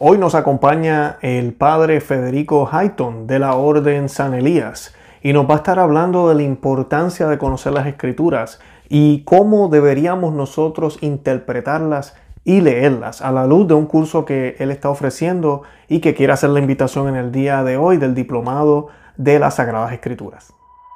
Hoy nos acompaña el padre Federico Hayton de la Orden San Elías y nos va a estar hablando de la importancia de conocer las Escrituras y cómo deberíamos nosotros interpretarlas y leerlas a la luz de un curso que él está ofreciendo y que quiere hacer la invitación en el día de hoy del Diplomado de las Sagradas Escrituras.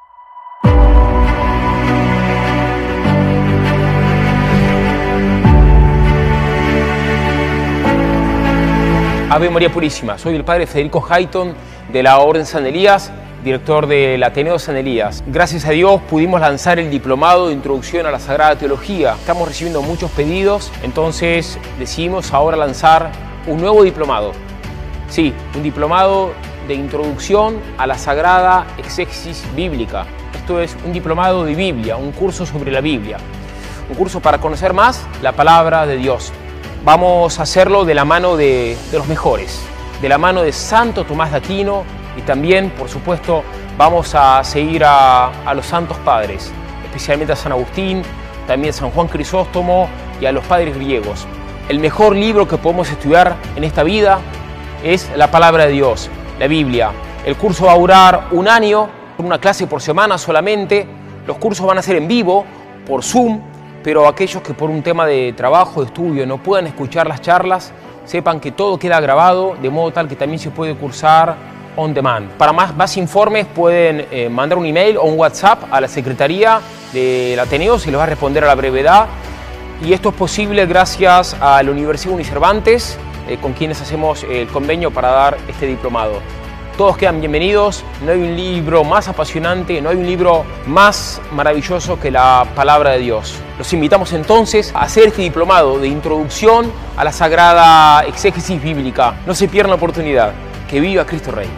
Ave María Purísima, soy el padre Federico Hayton de la Orden San Elías, director del Ateneo San Elías. Gracias a Dios pudimos lanzar el diplomado de Introducción a la Sagrada Teología. Estamos recibiendo muchos pedidos, entonces decidimos ahora lanzar un nuevo diplomado. Sí, un diplomado de Introducción a la Sagrada Exégesis Bíblica. Esto es un diplomado de Biblia, un curso sobre la Biblia. Un curso para conocer más la Palabra de Dios. Vamos a hacerlo de la mano de los mejores, de la mano de Santo Tomás de Aquino y también, por supuesto, vamos a seguir a los santos padres, especialmente a San Agustín, también a San Juan Crisóstomo y a los padres griegos. El mejor libro que podemos estudiar en esta vida es la Palabra de Dios, la Biblia. El curso va a durar un año, una clase por semana solamente. Los cursos van a ser en vivo, por Zoom, pero aquellos que por un tema de trabajo, de estudio, no puedan escuchar las charlas, sepan que todo queda grabado, de modo tal que también se puede cursar on demand. Para más informes pueden mandar un email o un WhatsApp a la Secretaría del Ateneo, se les va a responder a la brevedad. Y esto es posible gracias a la Universidad Unicervantes, con quienes hacemos el convenio para dar este diplomado. Todos quedan bienvenidos, no hay un libro más apasionante, no hay un libro más maravilloso que la Palabra de Dios. Los invitamos entonces a hacer este diplomado de Introducción a la Sagrada Exégesis Bíblica. No se pierdan la oportunidad. ¡Que viva Cristo Rey!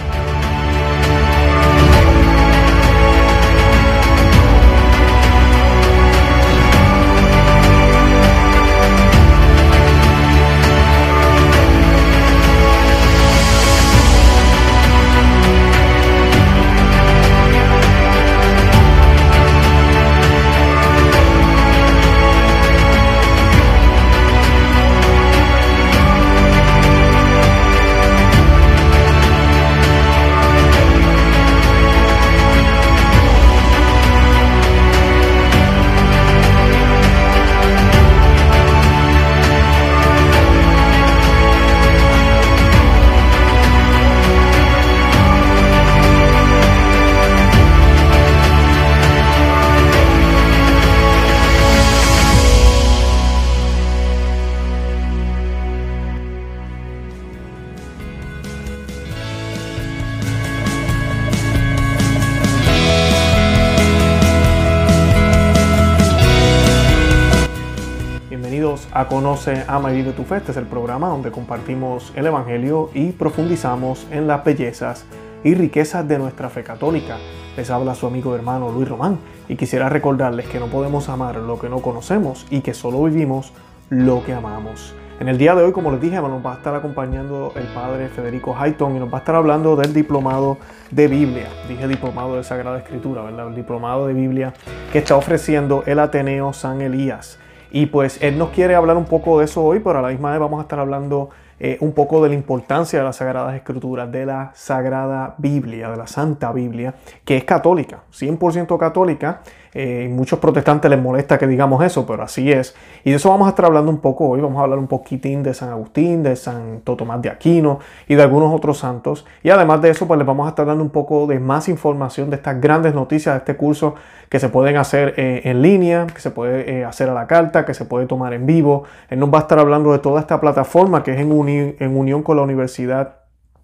A Conoce, Ama y Vive tu Fe. Este es el programa donde compartimos el Evangelio y profundizamos en las bellezas y riquezas de nuestra fe católica. Les habla su amigo y hermano Luis Román y quisiera recordarles que no podemos amar lo que no conocemos y que solo vivimos lo que amamos. En el día de hoy, como les dije, nos va a estar acompañando el padre Federico Hayton y nos va a estar hablando del diplomado de Biblia. Dije diplomado de Sagrada Escritura, ¿verdad? El diplomado de Biblia que está ofreciendo el Ateneo San Elías. Y pues él nos quiere hablar un poco de eso hoy, pero a la misma vez vamos a estar hablando un poco de la importancia de las Sagradas Escrituras, de la Sagrada Biblia, de la Santa Biblia, que es católica, 100% católica. Muchos protestantes les molesta que digamos eso, pero así es. Y de eso vamos a estar hablando un poco hoy. Vamos a hablar un poquitín de San Agustín, de Santo Tomás de Aquino y de algunos otros santos. Y además de eso, pues les vamos a estar dando un poco de más información de estas grandes noticias de este curso que se pueden hacer en línea, que se puede hacer a la carta, que se puede tomar en vivo. Él nos va a estar hablando de toda esta plataforma que es en unión con la Universidad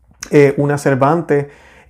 Una Cervantes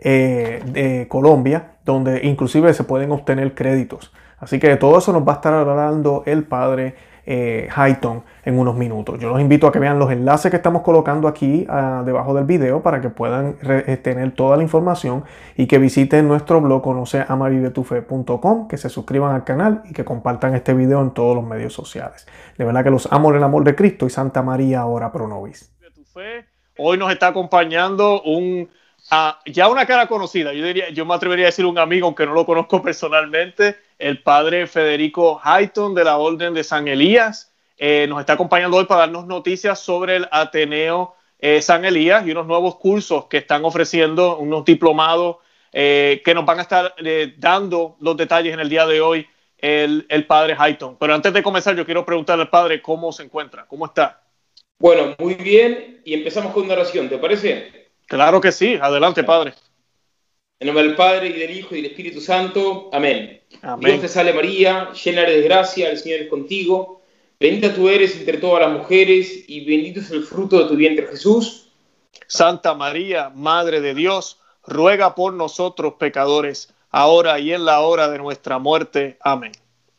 de Colombia, donde inclusive se pueden obtener créditos. Así que de todo eso nos va a estar hablando el padre Hayton en unos minutos. Yo los invito a que vean los enlaces que estamos colocando aquí debajo del video para que puedan tener toda la información y que visiten nuestro blog conoceamavivetufe.com, que se suscriban al canal y que compartan este video en todos los medios sociales. De verdad que los amo en el amor de Cristo y Santa María, ora pro nobis. Hoy nos está acompañando ya una cara conocida, yo me atrevería a decir un amigo, aunque no lo conozco personalmente, el padre Federico Hayton de la Orden de San Elías. Nos está acompañando hoy para darnos noticias sobre el Ateneo San Elías y unos nuevos cursos que están ofreciendo, unos diplomados que nos van a estar dando los detalles en el día de hoy el padre Hayton. Pero antes de comenzar, yo quiero preguntarle al padre cómo se encuentra, cómo está. Bueno, muy bien, y empezamos con una oración, ¿te parece? Claro que sí, adelante, padre. En nombre del Padre, y del Hijo, y del Espíritu Santo. Amén. Amén. Dios te salve María, llena eres de gracia, el Señor es contigo. Bendita tú eres entre todas las mujeres, y bendito es el fruto de tu vientre, Jesús. Santa María, Madre de Dios, ruega por nosotros pecadores, ahora y en la hora de nuestra muerte. Amén.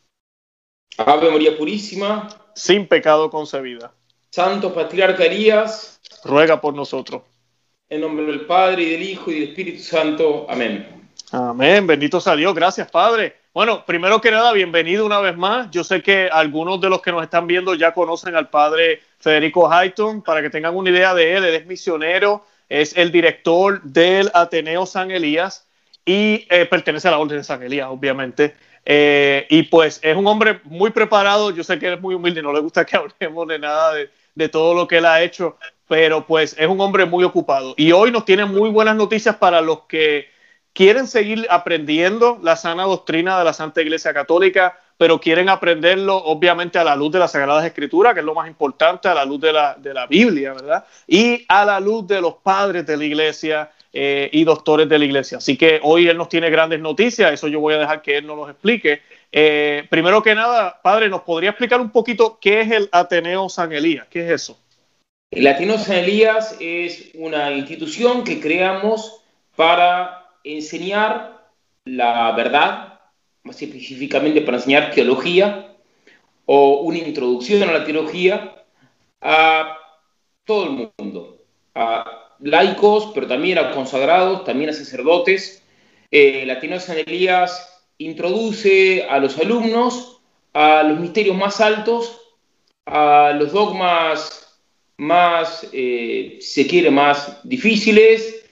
Ave María Purísima, sin pecado concebida. Santo Patriarca Elías, ruega por nosotros. En nombre del Padre, y del Hijo, y del Espíritu Santo. Amén. Amén, bendito sea Dios. Gracias, Padre. Bueno, primero que nada, bienvenido una vez más. Yo sé que algunos de los que nos están viendo ya conocen al Padre Federico Hayton. Para que tengan una idea de él es misionero, es el director del Ateneo San Elías y pertenece a la Orden de San Elías, obviamente. Y pues es un hombre muy preparado. Yo sé que él es muy humilde, no le gusta que hablemos de nada de todo lo que él ha hecho, pero pues es un hombre muy ocupado. Y hoy nos tiene muy buenas noticias para los que quieren seguir aprendiendo la sana doctrina de la Santa Iglesia Católica, pero quieren aprenderlo obviamente a la luz de las Sagradas Escrituras, que es lo más importante, a la luz de la Biblia, ¿verdad? Y a la luz de los padres de la Iglesia y doctores de la Iglesia. Así que hoy él nos tiene grandes noticias, eso yo voy a dejar que él nos los explique. Primero que nada, padre, ¿nos podría explicar un poquito qué es el Ateneo San Elías? ¿Qué es eso? El Ateneo San Elías es una institución que creamos para enseñar la verdad, más específicamente para enseñar teología o una introducción a la teología a todo el mundo, a laicos, pero también a consagrados, también a sacerdotes. El Ateneo San Elías introduce a los alumnos a los misterios más altos, a los dogmas más, se quiere, más difíciles,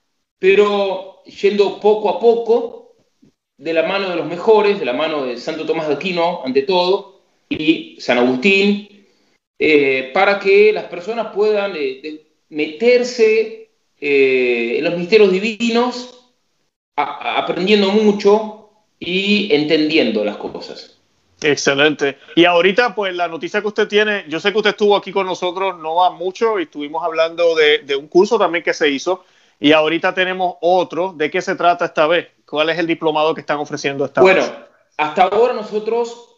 pero yendo poco a poco, de la mano de los mejores, de la mano de Santo Tomás de Aquino, ante todo, y San Agustín, para que las personas puedan meterse en los misterios divinos, aprendiendo mucho y entendiendo las cosas. Excelente. Y ahorita, pues, la noticia que usted tiene, yo sé que usted estuvo aquí con nosotros no va mucho y estuvimos hablando de un curso también que se hizo, y ahorita tenemos otro. ¿De qué se trata esta vez? ¿Cuál es el diplomado que están ofreciendo esta vez? Bueno, hasta ahora nosotros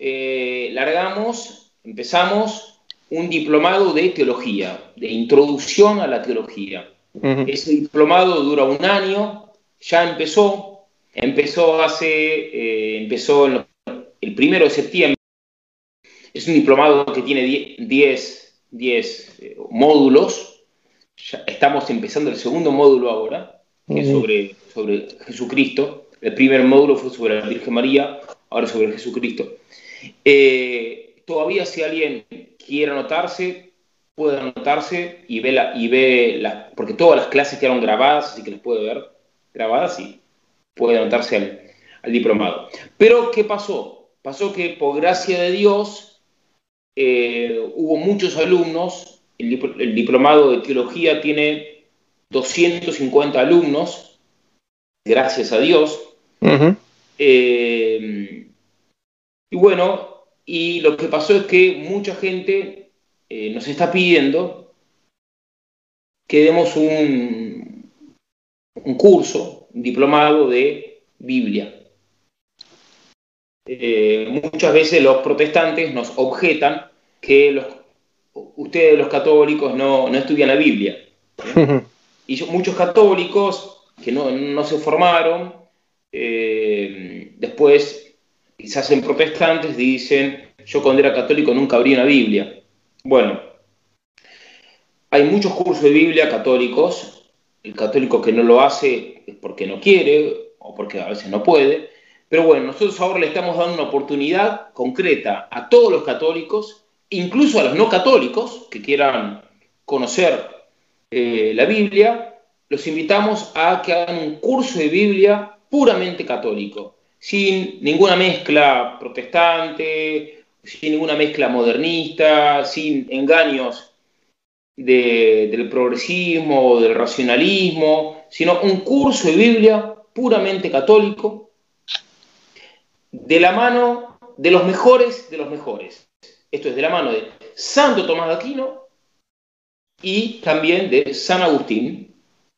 empezamos un diplomado de teología, de introducción a la teología. Uh-huh. Ese diplomado dura 1 año, ya empezó el 1 de septiembre. Es un diplomado que tiene 10 módulos. Ya estamos empezando el 2.º módulo ahora, que es sobre Jesucristo. El primer módulo fue sobre la Virgen María, ahora sobre Jesucristo. Todavía si alguien quiere anotarse, puede anotarse y porque todas las clases quedaron grabadas, así que las puede ver grabadas y puede anotarse al diplomado. Pero, ¿qué pasó? Pasó que por gracia de Dios hubo muchos alumnos. El diplomado de teología tiene 250 alumnos, gracias a Dios. Uh-huh. Y bueno, y lo que pasó es que mucha gente nos está pidiendo que demos un curso, un diplomado de Biblia. Muchas veces los protestantes nos objetan que ustedes los católicos no estudian la Biblia. Y muchos católicos que no se formaron, después se hacen protestantes, dicen, yo cuando era católico nunca abrí una Biblia. Bueno, hay muchos cursos de Biblia católicos. El católico que no lo hace es porque no quiere o porque a veces no puede. Pero bueno, nosotros ahora le estamos dando una oportunidad concreta a todos los católicos, incluso a los no católicos que quieran conocer la Biblia. Los invitamos a que hagan un curso de Biblia puramente católico, sin ninguna mezcla protestante, sin ninguna mezcla modernista, sin engaños del progresismo o del racionalismo, sino un curso de Biblia puramente católico, de la mano de los mejores de los mejores. Esto es de la mano de Santo Tomás de Aquino y también de San Agustín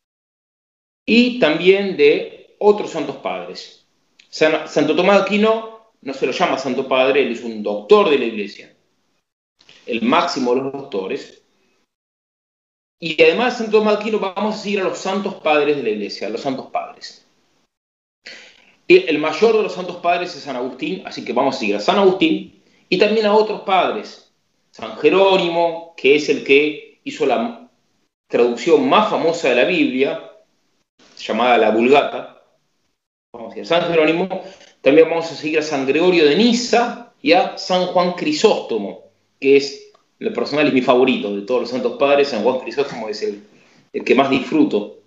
y también de otros santos padres. Santo Tomás de Aquino no se lo llama Santo Padre, él es un doctor de la Iglesia, el máximo de los doctores. Y además de Santo Tomás de Aquino vamos a seguir a los santos padres de la Iglesia, a los santos padres. El mayor de los santos padres es San Agustín, así que vamos a seguir a San Agustín y también a otros padres. San Jerónimo, que es el que hizo la traducción más famosa de la Biblia, llamada la Vulgata. Vamos a seguir a San Jerónimo. También vamos a seguir a San Gregorio de Niza y a San Juan Crisóstomo, que es, el personal es mi favorito de todos los santos padres. San Juan Crisóstomo es el que más disfruto.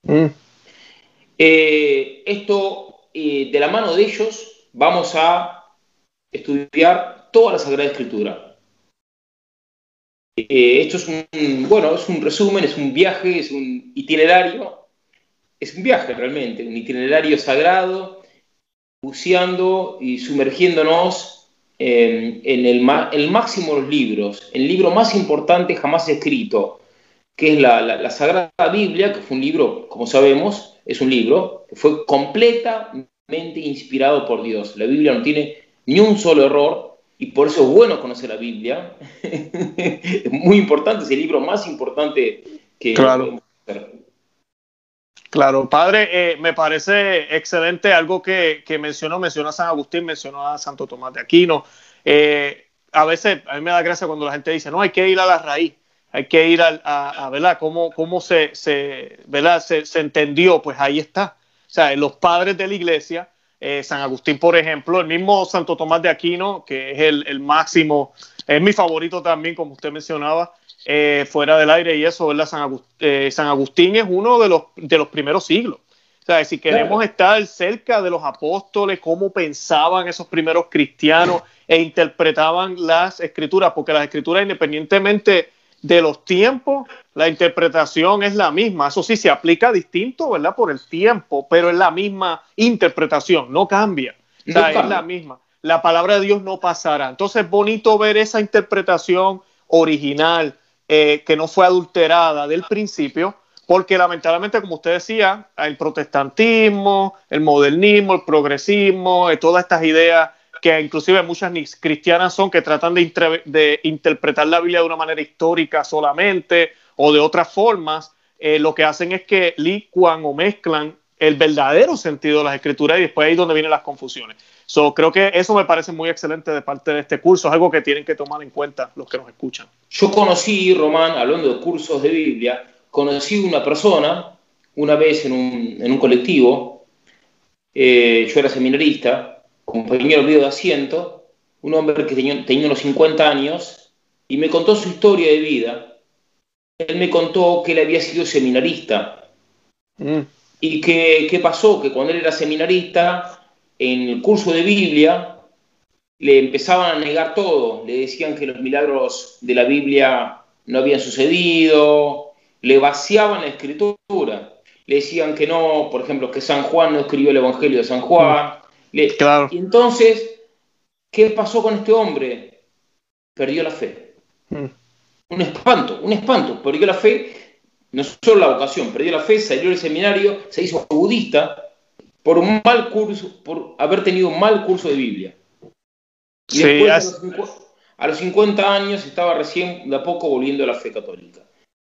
De la mano de ellos vamos a estudiar toda la Sagrada Escritura. Esto es un resumen, es un viaje, es un itinerario, es un viaje realmente, un itinerario sagrado, buceando y sumergiéndonos en el máximo de los libros, el libro más importante jamás escrito, que es la Sagrada Biblia, que fue un libro, como sabemos, es un libro que fue completamente inspirado por Dios. La Biblia no tiene ni un solo error y por eso es bueno conocer la Biblia. Es muy importante, es el libro más importante que podemos hacer. Claro, padre, me parece excelente algo que mencionó a San Agustín, mencionó a Santo Tomás de Aquino. A veces a mí me da gracia cuando la gente dice, no, hay que ir a la raíz. Hay que ir a ¿verdad? ¿Cómo se entendió? Pues ahí está. O sea, los padres de la iglesia, San Agustín, por ejemplo, el mismo Santo Tomás de Aquino, que es el máximo, es mi favorito también, como usted mencionaba, fuera del aire y eso, ¿verdad? San Agustín es uno de los primeros siglos. O sea, si queremos estar cerca de los apóstoles, cómo pensaban esos primeros cristianos e interpretaban las escrituras, porque las escrituras, independientemente de los tiempos, la interpretación es la misma. Eso sí, se aplica distinto, ¿verdad? Por el tiempo, pero es la misma interpretación, no cambia. O sea, es la misma. La palabra de Dios no pasará. Entonces es bonito ver esa interpretación original, que no fue adulterada del principio, porque lamentablemente, como usted decía, el protestantismo, el modernismo, el progresismo, todas estas ideas que inclusive muchas ni cristianas son, que tratan de interpretar la Biblia de una manera histórica solamente o de otras formas, lo que hacen es que licuan o mezclan el verdadero sentido de las escrituras y después ahí es donde vienen las confusiones. Creo que eso me parece muy excelente de parte de este curso, es algo que tienen que tomar en cuenta los que nos escuchan. Yo conocí, Román, hablando de cursos de Biblia, conocí una persona una vez en un colectivo, yo era seminarista, compañero mío de asiento, un hombre que tenía unos 50 años, y me contó su historia de vida. Él me contó que él había sido seminarista. Y qué pasó, que cuando él era seminarista, en el curso de Biblia, le empezaban a negar todo. Le decían que los milagros de la Biblia no habían sucedido, le vaciaban la escritura. Le decían que no, por ejemplo, que San Juan no escribió el Evangelio de San Juan. Claro. Y entonces, ¿qué pasó con este hombre? Perdió la fe. Un espanto, perdió la fe, no solo la vocación, perdió la fe, salió del seminario, se hizo budista por un mal curso, por haber tenido un mal curso de Biblia. Y después, a los 50 años, estaba recién de a poco volviendo a la fe católica.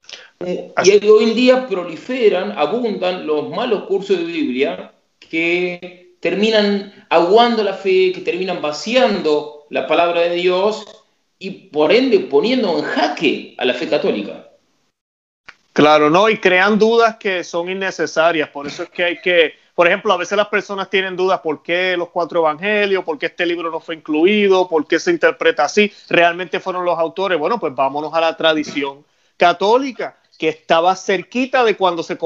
Y hoy en día abundan los malos cursos de Biblia que terminan aguando la fe, que terminan vaciando la palabra de Dios y por ende poniendo en jaque a la fe católica. Claro, no, y crean dudas que son innecesarias. Por eso es que hay que, por ejemplo, a veces las personas tienen dudas por qué los 4 evangelios, por qué este libro no fue incluido, por qué se interpreta así. ¿Realmente fueron los autores? Bueno, pues vámonos a la tradición católica, que estaba cerquita de cuando se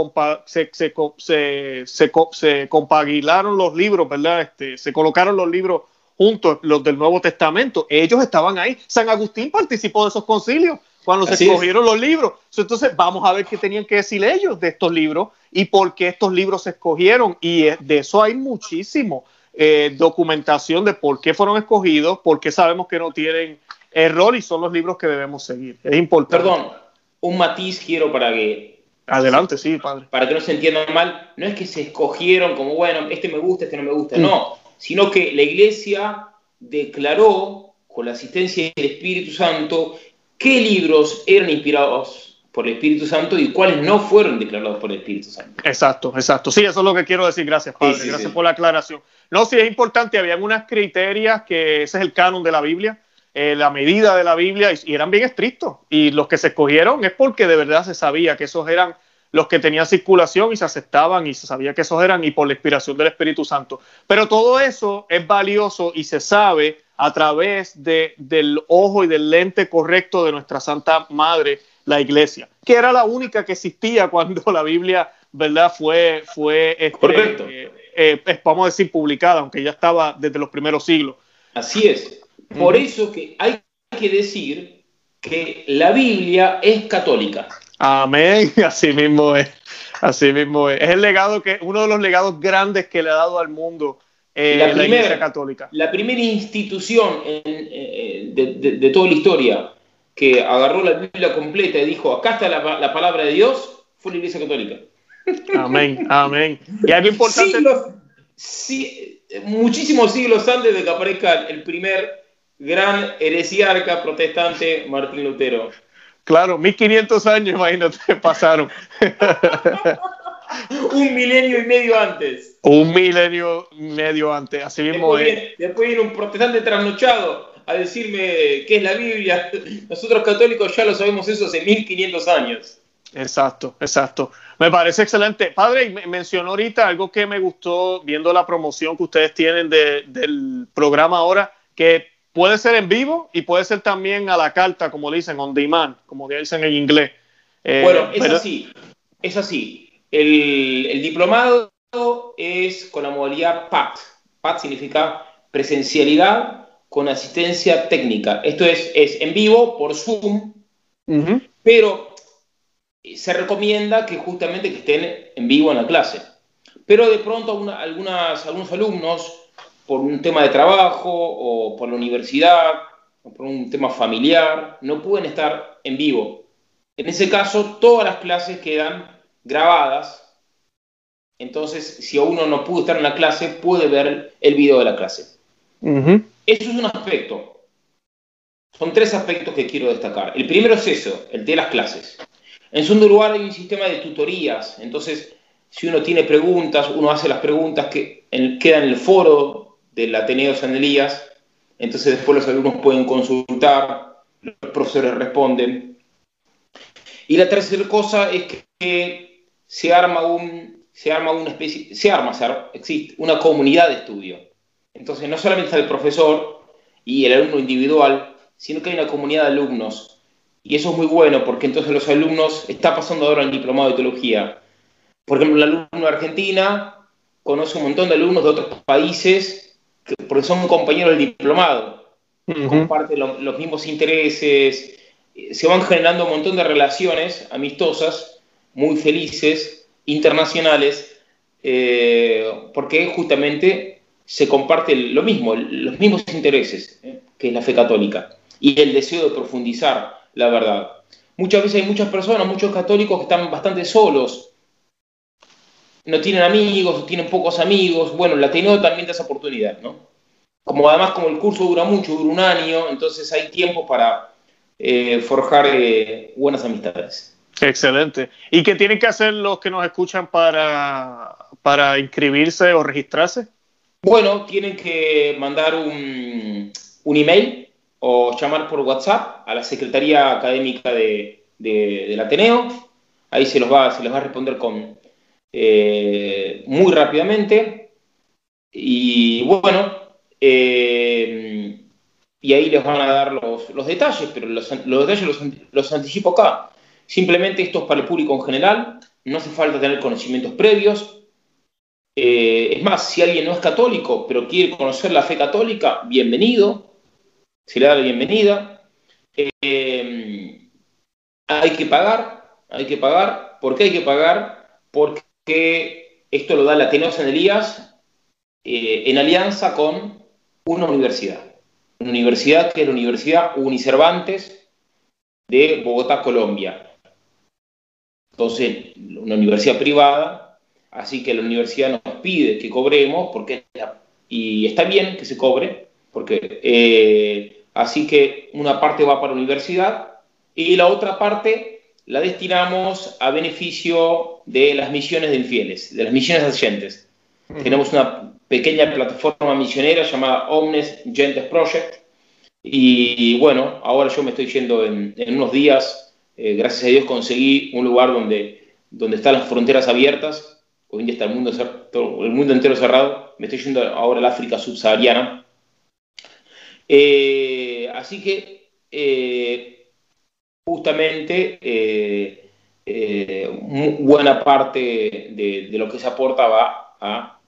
compagilaron los libros, ¿verdad? Se colocaron los libros juntos, los del Nuevo Testamento. Ellos estaban ahí. San Agustín participó de esos concilios, cuando se escogieron los libros. Entonces vamos a ver qué tenían que decir ellos de estos libros y por qué estos libros se escogieron. Y de eso hay muchísimo documentación de por qué fueron escogidos, por qué sabemos que no tienen error y son los libros que debemos seguir. Es importante. Perdón, un matiz quiero para que... Adelante, sí, padre. Para que no se entienda mal, no es que se escogieron como, bueno, este me gusta, este no me gusta, no, sino que la Iglesia declaró, con la asistencia del Espíritu Santo, qué libros eran inspirados por el Espíritu Santo y cuáles no fueron declarados por el Espíritu Santo. Exacto. Sí, eso es lo que quiero decir. Gracias, padre. Sí, Gracias por la aclaración. No, sí, es importante. Habían unas criterias que ese es el canon de la Biblia, la medida de la Biblia, y eran bien estrictos. Y los que se escogieron es porque de verdad se sabía que esos eran los que tenían circulación y se aceptaban y se sabía que esos eran y por la inspiración del Espíritu Santo. Pero todo eso es valioso y se sabe a través del ojo y del lente correcto de nuestra Santa Madre, la Iglesia, que era la única que existía cuando la Biblia, ¿verdad?, fue vamos a decir, publicada, aunque ya estaba desde los primeros siglos. Así es. Por eso que hay que decir que la Biblia es católica. Amén, así mismo es. Así mismo es. Es el legado uno de los legados grandes que le ha dado al mundo la Iglesia Católica. La primera institución de toda la historia que agarró la Biblia completa y dijo, acá está la palabra de Dios, fue la Iglesia Católica. Amén, amén. Y algo importante... muchísimos siglos antes de que aparezca el primer gran heresiarca protestante, Martín Lutero. Claro, 1500 años, imagínate, pasaron. 1,5 milenios antes. 1,5 milenios antes, así mismo después viene un protestante trasnochado a decirme qué es la Biblia. Nosotros católicos ya lo sabemos eso hace 1500 años. Exacto. Me parece excelente. Padre, mencionó ahorita algo que me gustó viendo la promoción que ustedes tienen del programa ahora, que puede ser en vivo y puede ser también a la carta, como dicen, on demand, como dicen en inglés. Bueno, es así. El diplomado es con la modalidad PAT. PAT significa presencialidad con asistencia técnica. Esto es en vivo, por Zoom, pero se recomienda que justamente que estén en vivo en la clase. Pero de pronto algunos alumnos, por un tema de trabajo o por la universidad o por un tema familiar, no pueden estar en vivo. En ese caso, todas las clases quedan grabadas. Entonces, si uno no pudo estar en la clase, puede ver el video de la clase. Eso es un aspecto. Son 3 aspectos que quiero destacar. El primero es eso, el de las clases. En segundo lugar, hay un sistema de tutorías. Entonces, si uno tiene preguntas, uno hace las preguntas que quedan en el foro del Ateneo San Elías. Entonces, después los alumnos pueden consultar, los profesores responden. Y la tercera cosa es que existe una comunidad de estudio. Entonces, no solamente está el profesor y el alumno individual, sino que hay una comunidad de alumnos. Y eso es muy bueno, porque entonces los alumnos, está pasando ahora el diplomado de teología. Por ejemplo, el alumno de Argentina conoce un montón de alumnos de otros países, porque son compañeros del diplomado. Comparten los mismos intereses, se van generando un montón de relaciones amistosas, muy felices, internacionales, porque justamente se comparte lo mismo, los mismos intereses, que es la fe católica, y el deseo de profundizar la verdad. Muchas veces hay muchas personas, muchos católicos que están bastante solos, no tienen amigos, tienen pocos amigos. Bueno, el Ateneo también da esa oportunidad, ¿no? Además, como el curso dura mucho, dura 1 año, entonces hay tiempo para forjar buenas amistades. Excelente. ¿Y qué tienen que hacer los que nos escuchan para inscribirse o registrarse? Bueno, tienen que mandar un email o llamar por WhatsApp a la Secretaría Académica del Ateneo. Ahí se les va a responder muy rápidamente. Y bueno, y ahí les van a dar los detalles, pero los detalles los anticipo acá. Simplemente esto es para el público en general, no hace falta tener conocimientos previos. Es más, si alguien no es católico, pero quiere conocer la fe católica, bienvenido, se le da la bienvenida. hay que pagar. ¿Por qué hay que pagar? Porque esto lo da el Ateneo San Elías en alianza con una universidad. Una universidad que es la Universidad Unicervantes de Bogotá, Colombia. Entonces, una universidad privada, así que la universidad nos pide que cobremos, y está bien que se cobre, porque así que una parte va para la universidad y la otra parte la destinamos a beneficio de las misiones de infieles, de las misiones ascendentes. Tenemos una pequeña plataforma misionera llamada Omnes Gentes Project, y bueno, ahora yo me estoy yendo en unos días. Gracias a Dios conseguí un lugar donde están las fronteras abiertas. Hoy en día está el mundo entero cerrado. Me estoy yendo ahora al África subsahariana. Así que justamente buena parte de lo que se aporta va a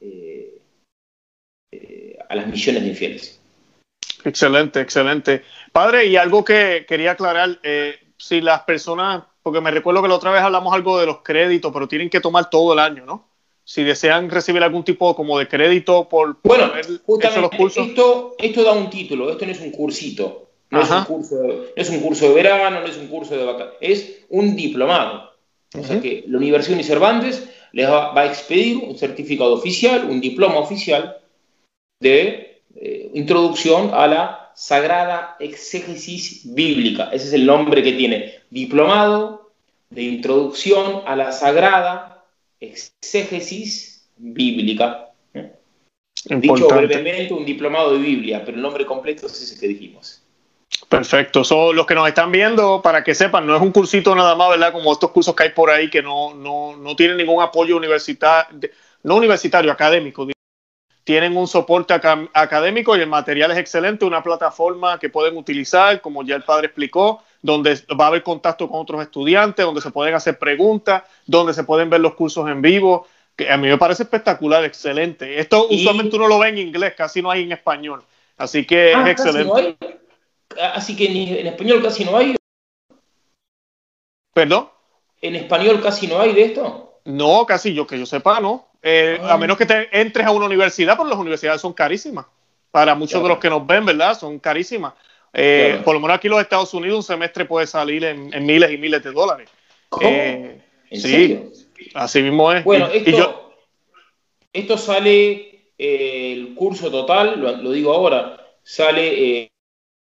las misiones de infieles. Excelente, excelente. Padre, y algo que quería aclarar, si las personas, porque me recuerdo que la otra vez hablamos algo de los créditos, pero tienen que tomar todo el año, ¿no? Si desean recibir algún tipo como de crédito por haber hecho los cursos. Esto da un título, esto no es un cursito, no es un curso de verano, no es un curso de vacaciones, es un diplomado. O sea que la Universidad Unicervantes les va a expedir un certificado oficial, un diploma oficial de introducción a la Sagrada Exégesis Bíblica. Ese es el nombre que tiene. Diplomado de Introducción a la Sagrada Exégesis Bíblica. Dicho brevemente, un diplomado de Biblia, pero el nombre completo es ese que dijimos. Perfecto. Los que nos están viendo, para que sepan, no es un cursito nada más, ¿verdad? Como estos cursos que hay por ahí que no tienen ningún apoyo universitario, académico. Tienen un soporte académico y el material es excelente, una plataforma que pueden utilizar, como ya el padre explicó, donde va a haber contacto con otros estudiantes, donde se pueden hacer preguntas, donde se pueden ver los cursos en vivo, que a mí me parece espectacular, excelente. Esto usualmente uno lo ve en inglés, casi no hay en español, así que es excelente. No hay. Así que en español casi no hay. ¿Perdón? ¿En español casi no hay de esto? No, casi que yo sepa, no. A menos que te entres a una universidad, pero las universidades son carísimas. Para muchos de los que nos ven, ¿verdad? Son carísimas. Por lo menos aquí en los Estados Unidos un semestre puede salir en miles y miles de dólares. ¿Cómo? ¿En serio? Así mismo es. Bueno, esto sale, el curso total, lo digo ahora, sale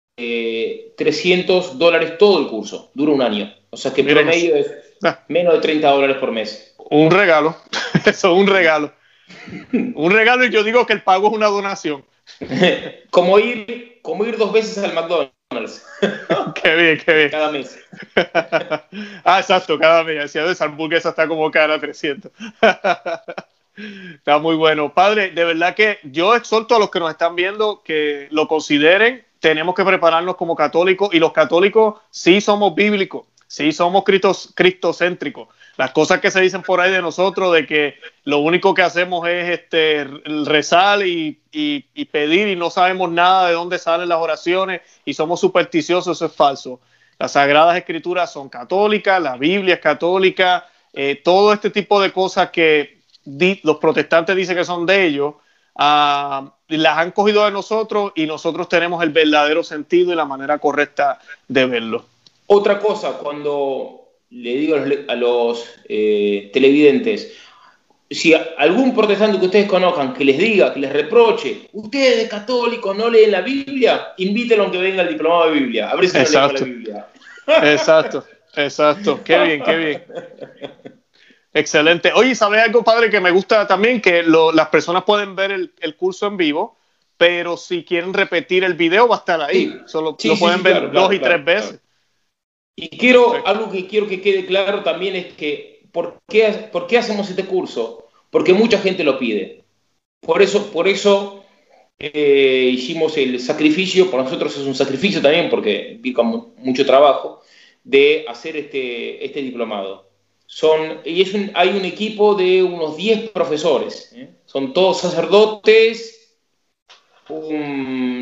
$300 todo el curso, dura un año. O sea que promedio es menos de $30 por mes. Un regalo, eso es un regalo. Un regalo, y yo digo que el pago es una donación. Como ir 2 veces al McDonald's. Qué bien. Cada mes. Exacto, cada mes. Esa hamburguesa está como cara 300. Está muy bueno. Padre, de verdad que yo exhorto a los que nos están viendo que lo consideren. Tenemos que prepararnos como católicos, y los católicos sí somos bíblicos, sí somos cristocéntricos. Las cosas que se dicen por ahí de nosotros, de que lo único que hacemos es rezar y pedir y no sabemos nada de dónde salen las oraciones y somos supersticiosos, eso es falso. Las Sagradas Escrituras son católicas, la Biblia es católica, todo este tipo de cosas que los protestantes dicen que son de ellos, las han cogido de nosotros, y nosotros tenemos el verdadero sentido y la manera correcta de verlo. Otra cosa, cuando le digo a los televidentes, si algún protestante que ustedes conozcan que les diga, que les reproche, ustedes católicos no leen la Biblia, invítenlo a que venga al diplomado de Biblia, a ver si no leen la Biblia. Exacto, qué bien. Excelente. Oye, ¿sabes algo, padre, que me gusta también? Que las personas pueden ver el curso en vivo, pero si quieren repetir el video va a estar ahí. Lo pueden ver 2 y 3 veces. Y algo que quiero que quede claro también es que ¿por qué hacemos este curso? Porque mucha gente lo pide. Por eso hicimos el sacrificio, para nosotros es un sacrificio también, porque implica mucho trabajo, de hacer este diplomado. Hay un equipo de unos 10 profesores, son todos sacerdotes, un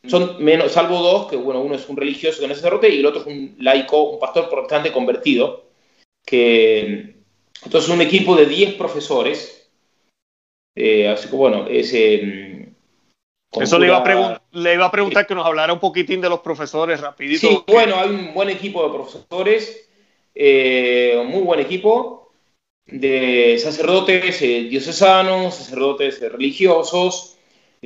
son menos, salvo dos, que bueno, uno es un religioso que no es sacerdote y el otro es un laico, un pastor protestante convertido, que entonces un equipo de 10 profesores, así que bueno, eso le iba a preguntar que nos hablara un poquitín de los profesores rapidito. Sí, bueno, hay un buen equipo de profesores, muy buen equipo de sacerdotes diocesanos, sacerdotes religiosos,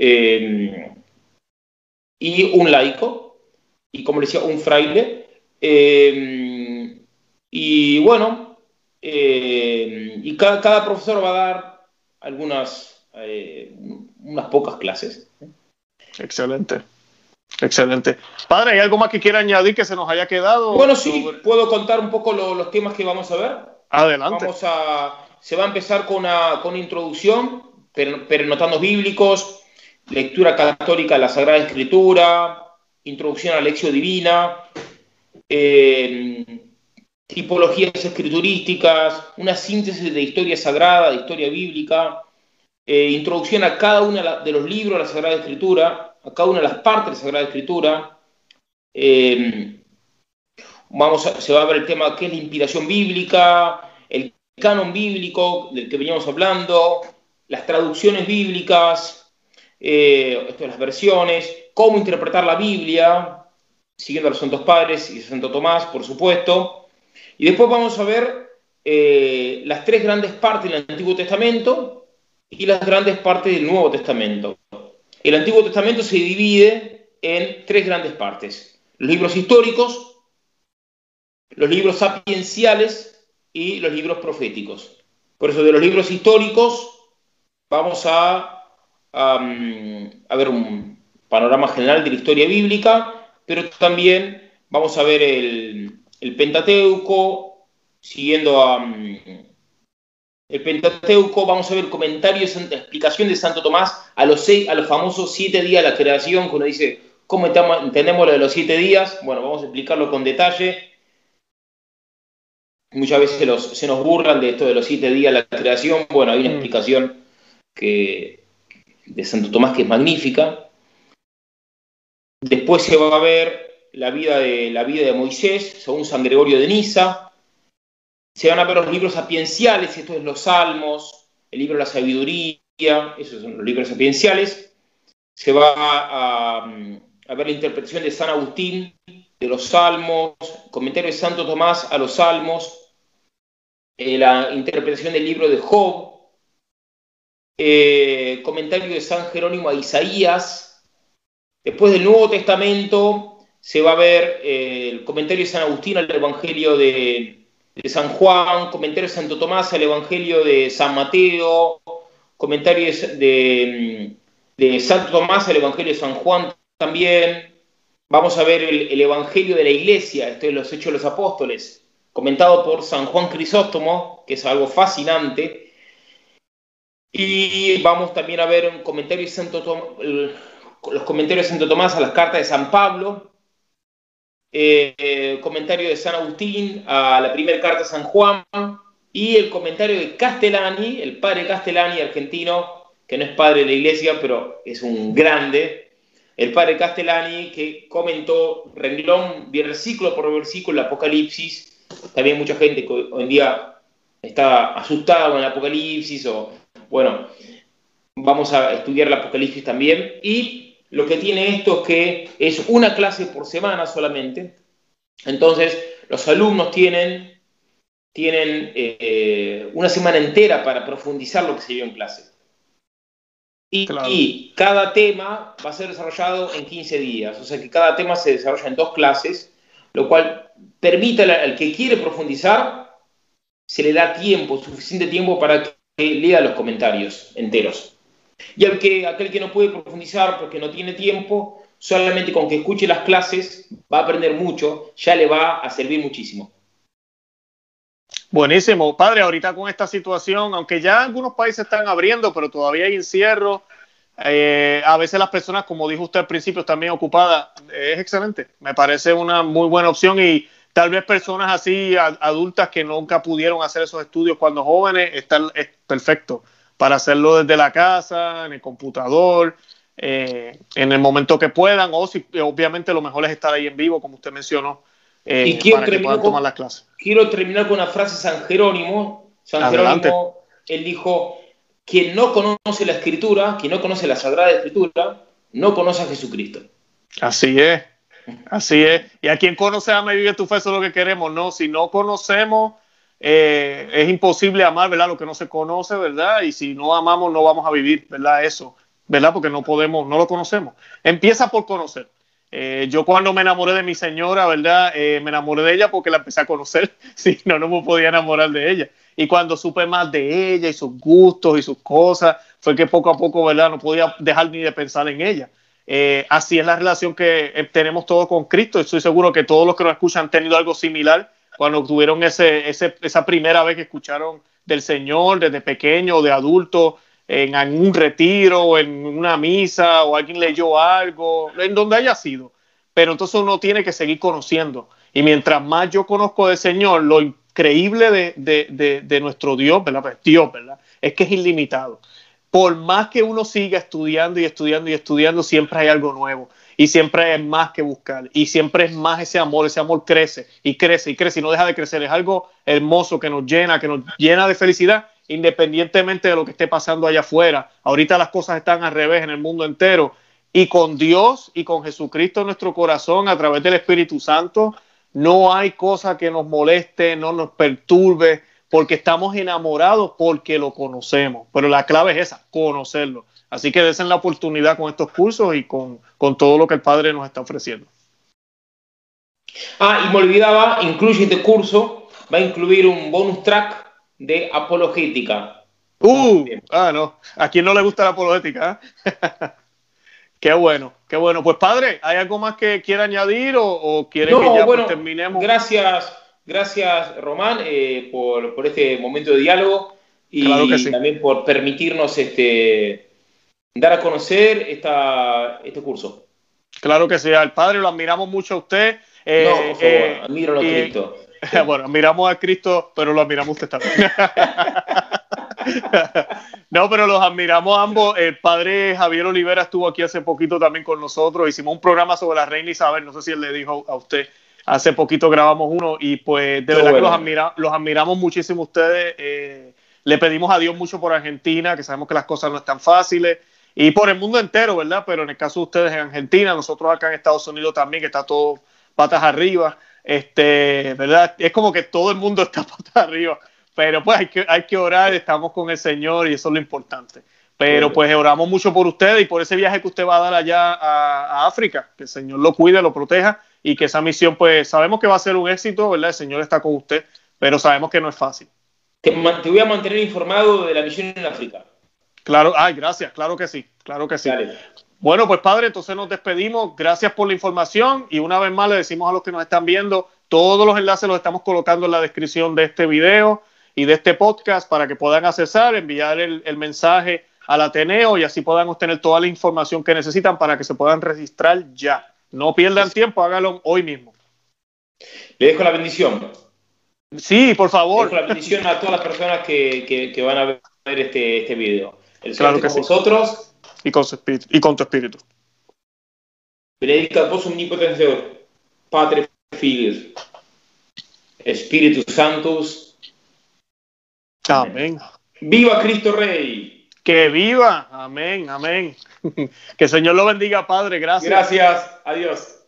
y un laico, y como les decía, un fraile. Y bueno, y cada profesor va a dar unas pocas clases. Excelente, excelente. Padre, ¿hay algo más que quiera añadir que se nos haya quedado? Bueno, sí, puedo contar un poco los temas que vamos a ver. Adelante. Se va a empezar con una introducción, pernotandos bíblicos, lectura católica de la Sagrada Escritura, introducción a la Lección Divina, tipologías escriturísticas, una síntesis de historia sagrada, de historia bíblica, introducción a cada uno de los libros de la Sagrada Escritura, a cada una de las partes de la Sagrada Escritura. Se va a ver el tema qué es la inspiración bíblica, el canon bíblico del que veníamos hablando, las traducciones bíblicas, las versiones, cómo interpretar la Biblia, siguiendo a los Santos Padres y a Santo Tomás, por supuesto. Y después vamos a ver las tres grandes partes del Antiguo Testamento y las grandes partes del Nuevo Testamento. El Antiguo Testamento se divide en tres grandes partes: los libros históricos, los libros sapienciales y los libros proféticos. Por eso, de los libros históricos vamos a ver un panorama general de la historia bíblica, pero también vamos a ver el Pentateuco, siguiendo el Pentateuco, vamos a ver comentarios, explicación de Santo Tomás a los famosos 7 días de la creación, que uno dice, ¿cómo entendemos lo de los 7 días? Bueno, vamos a explicarlo con detalle. Muchas veces se nos burlan de esto de los 7 días de la creación. Bueno, hay una explicación de Santo Tomás que es magnífica. Después se va a ver la vida de Moisés, según San Gregorio de Niza. Se van a ver los libros sapienciales, esto es los Salmos, el libro de la sabiduría, esos son los libros sapienciales. Se va a ver la interpretación de San Agustín de los Salmos, comentario de Santo Tomás a los Salmos, la interpretación del libro de Job, comentario de San Jerónimo a Isaías. Después del Nuevo Testamento se va a ver el comentario de San Agustín al Evangelio de San Juan, comentario de Santo Tomás al Evangelio de San Mateo, comentarios de Santo Tomás al Evangelio de San Juan también. Vamos a ver el Evangelio de la Iglesia, esto es los Hechos de los Apóstoles, comentado por San Juan Crisóstomo, que es algo fascinante. Y vamos también a ver un comentario de los comentarios de Santo Tomás a las cartas de San Pablo, comentario de San Agustín a la primera carta de San Juan, y el comentario de Castellani, el padre Castellani argentino, que no es padre de la Iglesia, pero es un grande, el padre Castellani, que comentó renglón, versículo por versículo el Apocalipsis. También mucha gente que hoy en día está asustada con el Apocalipsis, o bueno, vamos a estudiar el Apocalipsis también. Y lo que tiene esto es que es una clase por semana solamente. Entonces, los alumnos tienen una semana entera para profundizar lo que se vio en clase. Y cada tema va a ser desarrollado en 15 días. O sea que cada tema se desarrolla en 2 clases, lo cual permite al que quiere profundizar, se le da tiempo, suficiente tiempo para que lea los comentarios enteros. Y aquel que no puede profundizar porque no tiene tiempo, solamente con que escuche las clases va a aprender mucho, ya le va a servir muchísimo. Buenísimo. Padre, ahorita con esta situación, aunque ya algunos países están abriendo, pero todavía hay encierro, a veces las personas, como dijo usted al principio, están bien ocupadas. Es excelente. Me parece una muy buena opción, y tal vez personas así, adultas que nunca pudieron hacer esos estudios cuando jóvenes, es perfecto para hacerlo desde la casa, en el computador. en el momento que puedan, o si obviamente lo mejor es estar ahí en vivo, como usted mencionó, y quiero para que puedan tomar las clases. Quiero terminar con una frase de San Jerónimo. Jerónimo, él dijo: quien no conoce la Escritura, quien no conoce la Sagrada Escritura, no conoce a Jesucristo. Así es, así es. Y a quien conoce, ama y vive tu fe, eso es lo que queremos, ¿no? Si no conocemos, es imposible amar, ¿verdad? Lo que no se conoce, ¿verdad? Y si no amamos, no vamos a vivir, ¿verdad? Eso, ¿verdad? Porque no podemos, no lo conocemos. Empieza por conocer. Yo cuando me enamoré de mi señora, ¿verdad? Me enamoré de ella porque la empecé a conocer. Si no, no me podía enamorar de ella. Y cuando supe más de ella y sus gustos y sus cosas, fue que poco a poco, ¿verdad? No podía dejar ni de pensar en ella. Así es la relación que tenemos todos con Cristo. Estoy seguro que todos los que nos escuchan han tenido algo similar cuando tuvieron esa primera vez que escucharon del Señor, desde pequeño o de adulto, en un retiro o en una misa, o alguien leyó algo, en donde haya sido. Pero entonces uno tiene que seguir conociendo. Y mientras más yo conozco del Señor, lo increíble de nuestro Dios, ¿verdad? Pues Dios, ¿verdad? Es que es ilimitado. Por más que uno siga estudiando y estudiando y estudiando, siempre hay algo nuevo. Y siempre hay más que buscar. Y siempre es más ese amor crece y crece y crece y no deja de crecer. Es algo hermoso que nos llena de felicidad, independientemente de lo que esté pasando allá afuera. Ahorita las cosas están al revés en el mundo entero. Y con Dios y con Jesucristo en nuestro corazón, a través del Espíritu Santo, no hay cosa que nos moleste, no nos perturbe, porque estamos enamorados, porque lo conocemos. Pero la clave es esa, conocerlo. Así que desen la oportunidad con estos cursos y con todo lo que el Padre nos está ofreciendo. Y me olvidaba, incluye este curso, va a incluir un bonus track de apologética. No. ¿A quién no le gusta la apologética? Qué bueno, qué bueno. Pues Padre, ¿hay algo más que quiera añadir o quiere que ya terminemos? Gracias Román, por este momento de diálogo y claro que sí. También por permitirnos dar a conocer este curso. Claro que sí, al Padre lo admiramos mucho a usted. Por favor, admiro a Cristo. Bueno, admiramos a Cristo, pero lo admiramos a usted también. No, pero los admiramos ambos. El Padre Javier Olivera estuvo aquí hace poquito también con nosotros. Hicimos un programa sobre la Reina Isabel, no sé si él le dijo a usted. Hace poquito grabamos uno y pues de verdad que los admiramos muchísimo a ustedes. Le pedimos a Dios mucho por Argentina, que sabemos que las cosas no están fáciles, y por el mundo entero, ¿verdad? Pero en el caso de ustedes en Argentina, nosotros acá en Estados Unidos también, que está todo patas arriba, ¿verdad? Es como que todo el mundo está patas arriba, pero pues hay que orar, estamos con el Señor y eso es lo importante. Pero pues oramos mucho por ustedes y por ese viaje que usted va a dar allá a África, que el Señor lo cuide, lo proteja y que esa misión, pues sabemos que va a ser un éxito, ¿verdad? El Señor está con usted, pero sabemos que no es fácil. Te voy a mantener informado de la misión en África. Claro, gracias, claro que sí. Dale. Bueno, pues Padre, entonces nos despedimos. Gracias por la información y una vez más le decimos a los que nos están viendo, todos los enlaces los estamos colocando en la descripción de este video y de este podcast para que puedan accesar, enviar el mensaje al Ateneo y así puedan obtener toda la información que necesitan para que se puedan registrar ya. No pierdan tiempo, háganlo hoy mismo. Le dejo la bendición. Sí, por favor. Le dejo la bendición a todas las personas que van a ver este video. El Señor esté con vosotros. Y con tu espíritu. Benedicat vos omnipotens, Padre, Filius, Espíritu Santos. Amén. ¡Viva Cristo Rey! ¡Que viva! Amén, amén. Que el Señor lo bendiga, Padre. Gracias. Gracias. Adiós.